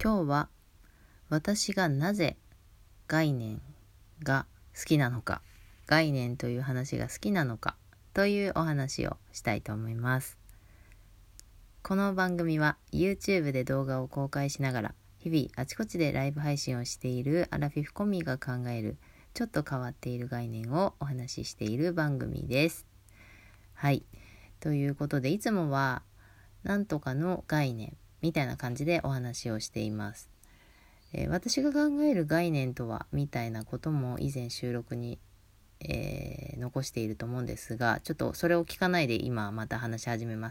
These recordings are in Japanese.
今日は私がなぜ概念が好きなのか、概念という話が好きなのかというお話をしたいと思います。この番組は YouTube で動画を公開しながら日々あちこちでライブ配信をしているアラフィフコミが考えるちょっと変わっている概念をお話ししている番組です。はい。ということでいつもはなんとかの概念みたいな感じでお話をしています。私が考える概念とはみたいなことも以前収録に、残していると思うんですが、ちょっとそれを聞かないで今また話し始めます。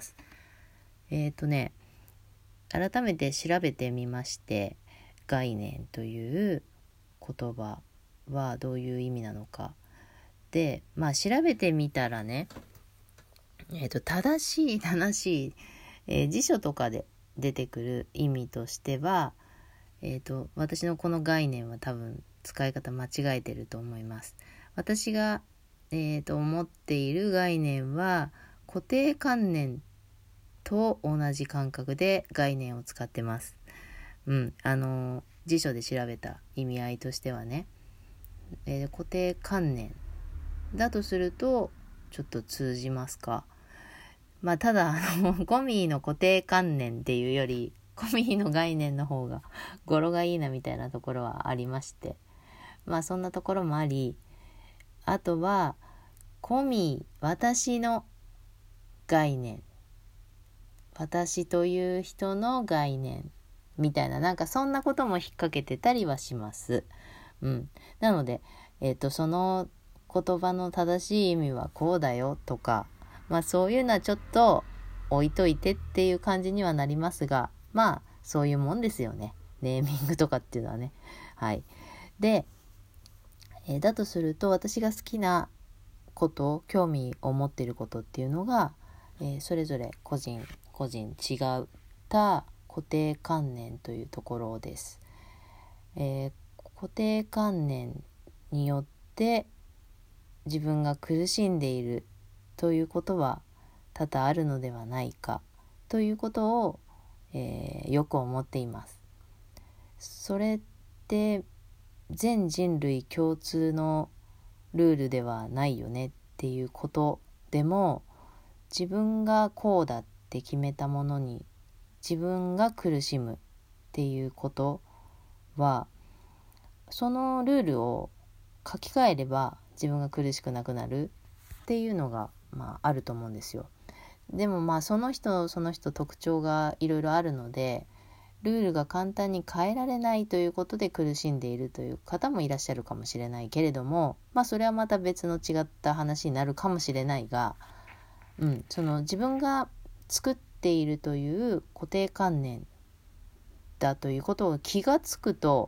改めて調べてみまして、概念という言葉はどういう意味なのかで、調べてみたらね、正しい、辞書とかで出てくる意味としては、私のこの概念は多分使い方間違えてると思います。私が、思っている概念は固定観念と同じ感覚で概念を使ってます。辞書で調べた意味合いとしてはね、固定観念だとするとちょっと通じますか。ただコミーの固定観念っていうよりコミーの概念の方が語呂がいいなみたいなところはありまして、そんなところもあり、あとはコミー、私の概念、私という人の概念みたいな、なんかそんなことも引っ掛けてたりはします。なので、その言葉の正しい意味はこうだよとか、そういうのはちょっと置いといてっていう感じにはなりますが、そういうもんですよね。ネーミングとかっていうのはね。はい。で、だとすると私が好きなこと、興味を持っていることっていうのが、それぞれ個人違った固定観念というところです。固定観念によって自分が苦しんでいるということは多々あるのではないかということを、よく思っています。それって全人類共通のルールではないよねっていうことでも、自分がこうだって決めたものに自分が苦しむっていうことは、そのルールを書き換えれば自分が苦しくなくなるっていうのがあると思うんですよ。でもその人特徴がいろいろあるので、ルールが簡単に変えられないということで苦しんでいるという方もいらっしゃるかもしれないけれども、それはまた別の違った話になるかもしれないが、その自分が作っているという固定観念だということを気がつくと、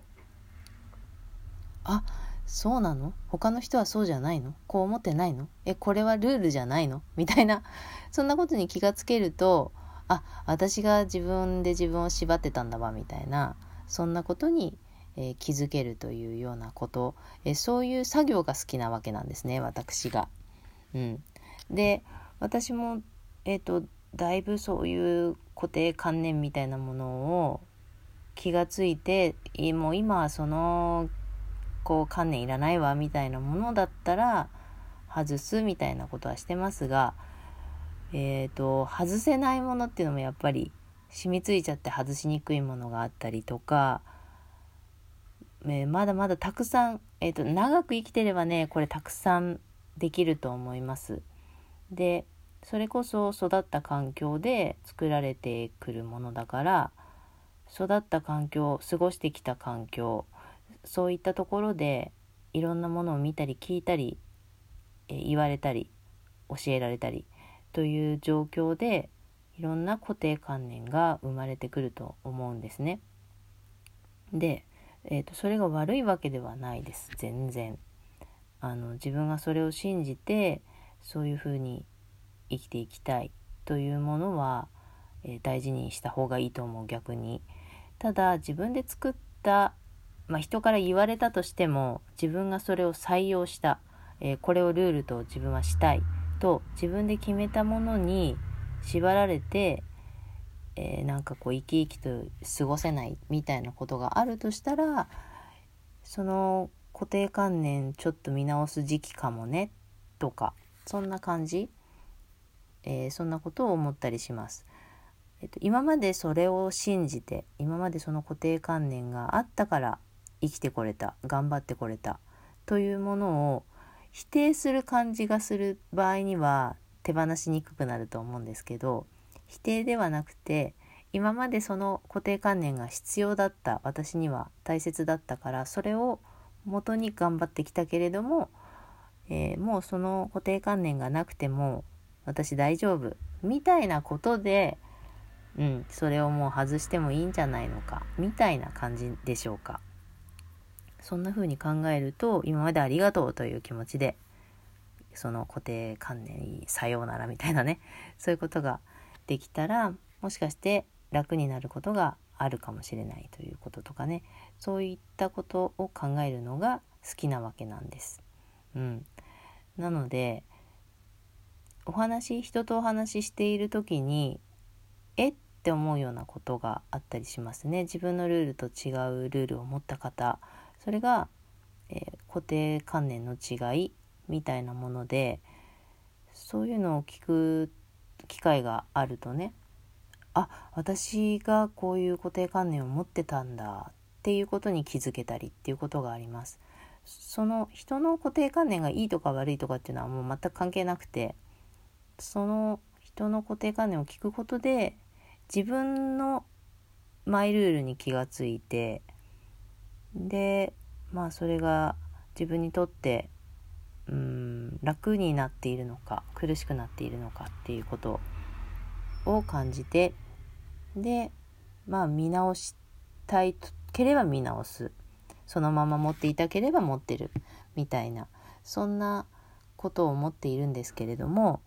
そうなの？他の人はそうじゃないの？こう思ってないの？これはルールじゃないの？みたいな、そんなことに気がつけると、私が自分で自分を縛ってたんだわみたいな、そんなことに、気づけるというようなこと、そういう作業が好きなわけなんですね、私が。で、私もだいぶそういう固定観念みたいなものを気がついて、もう今はその観念いらないわみたいなものだったら外すみたいなことはしてますが、外せないものっていうのもやっぱり染みついちゃって外しにくいものがあったりとか、まだまだたくさん、長く生きてればね、これたくさんできると思います。で、それこそ育った環境で作られてくるものだから、育った環境、過ごしてきた環境、そういったところでいろんなものを見たり聞いたり、言われたり教えられたりという状況で、いろんな固定観念が生まれてくると思うんですね。で、それが悪いわけではないです。全然自分がそれを信じてそういうふうに生きていきたいというものは、大事にした方がいいと思う。逆にただ自分で作った、人から言われたとしても、自分がそれを採用した、これをルールと自分はしたいと自分で決めたものに縛られてなんかこう生き生きと過ごせないみたいなことがあるとしたら、その固定観念ちょっと見直す時期かもねとか、そんな感じ、そんなことを思ったりします。今までそれを信じて、今までその固定観念があったから生きてこれた、頑張ってこれたというものを否定する感じがする場合には手放しにくくなると思うんですけど、否定ではなくて、今までその固定観念が必要だった、私には大切だったから、それを元に頑張ってきたけれども、もうその固定観念がなくても私大丈夫みたいなことで、それをもう外してもいいんじゃないのかみたいな感じでしょうか。そんな風に考えると、今までありがとうという気持ちで、その固定観念にさようならみたいなね、そういうことができたら、もしかして楽になることがあるかもしれないということとかね、そういったことを考えるのが好きなわけなんです。なので人とお話ししている時にって思うようなことがあったりしますね。自分のルールと違うルールを持った方、それが、固定観念の違いみたいなもので、そういうのを聞く機会があるとね、私がこういう固定観念を持ってたんだっていうことに気づけたりっていうことがあります。その人の固定観念がいいとか悪いとかっていうのはもう全く関係なくて、その人の固定観念を聞くことで自分のマイルールに気がついて、でそれが自分にとって楽になっているのか苦しくなっているのかっていうことを感じて、で見直したいければ見直す、そのまま持っていたければ持ってるみたいな、そんなことを思っているんですけれども、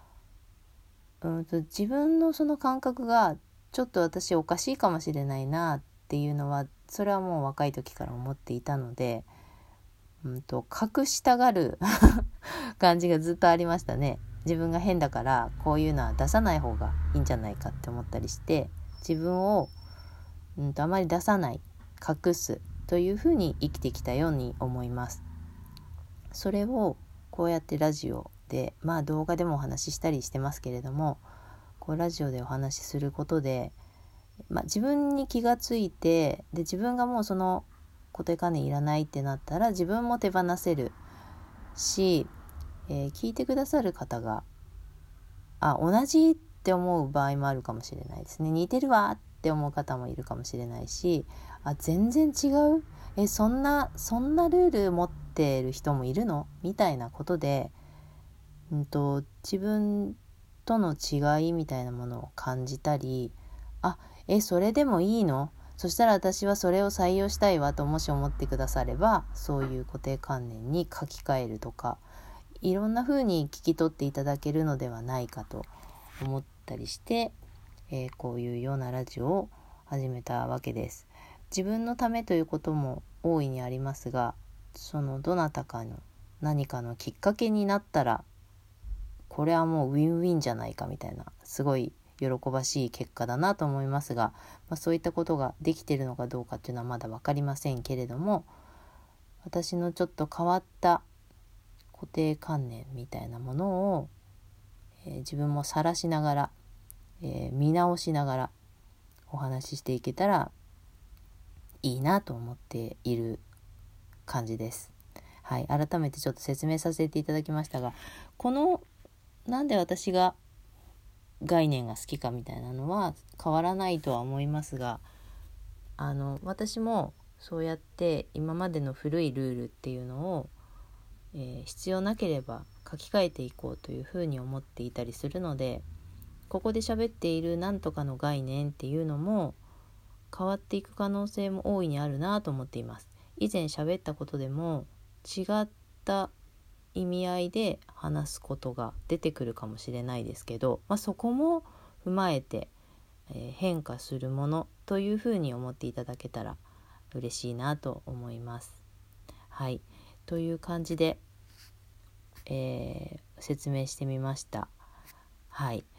自分のその感覚がちょっと私おかしいかもしれないなっていうのは、それはもう若い時から思っていたので、隠したがる感じがずっとありましたね。自分が変だからこういうのは出さない方がいいんじゃないかって思ったりして、自分を、あまり出さない、隠すというふうに生きてきたように思います。それをこうやってラジオで、動画でもお話ししたりしてますけれども、こうラジオでお話しすることで、自分に気がついて、で自分がもうその固定観念いらないってなったら自分も手放せるし、聞いてくださる方が同じって思う場合もあるかもしれないですね。似てるわって思う方もいるかもしれないし、全然違う、そんなルール持ってる人もいるのみたいなことで、自分との違いみたいなものを感じたり、それでもいいの？そしたら私はそれを採用したいわともし思ってくだされば、そういう固定観念に書き換えるとか、いろんな風に聞き取っていただけるのではないかと思ったりして、こういうようなラジオを始めたわけです。自分のためということも大いにありますが、そのどなたかの何かのきっかけになったら、これはもうウィンウィンじゃないかみたいな、すごい喜ばしい結果だなと思いますが、そういったことができているのかどうかっていうのはまだ分かりませんけれども、私のちょっと変わった固定観念みたいなものを、自分も晒しながら、見直しながらお話ししていけたらいいなと思っている感じです。はい、改めてちょっと説明させていただきましたが、なんで私が概念が好きかみたいなのは変わらないとは思いますが、私もそうやって今までの古いルールっていうのを、必要なければ書き換えていこうというふうに思っていたりするので、ここで喋っているなんとかの概念っていうのも変わっていく可能性も大いにあるなと思っています。以前喋ったことでも違った意味合いで話すことが出てくるかもしれないですけど、そこも踏まえて、変化するものというふうに思っていただけたら嬉しいなと思います。はい、という感じで、説明してみました。はい、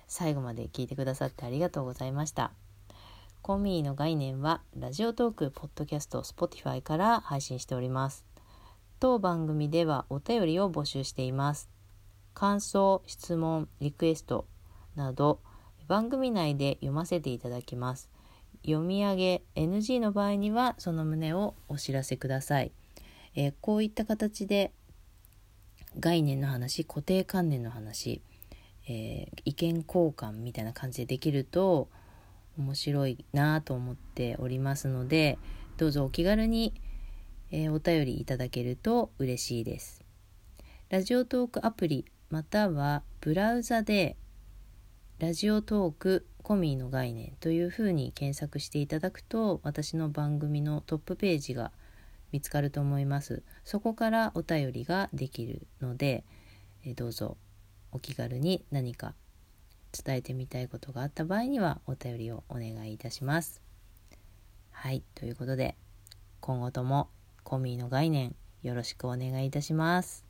最後まで聞いてくださってありがとうございました。コミーの概念はラジオトーク、ポッドキャスト、Spotify から配信しております。当番組ではお便りを募集しています。感想、質問、リクエストなど番組内で読ませていただきます。読み上げ NG の場合にはその旨をお知らせください。こういった形で概念の話、固定観念の話、意見交換みたいな感じでできると面白いなと思っておりますので、どうぞお気軽に、お便りいただけると嬉しいです。ラジオトークアプリまたはブラウザでラジオトークコミーの概念というふうに検索していただくと、私の番組のトップページが見つかると思います。そこからお便りができるので、どうぞお気軽に何か伝えてみたいことがあった場合にはお便りをお願いいたします。はい、ということで今後ともコミーの概念よろしくお願いいたします。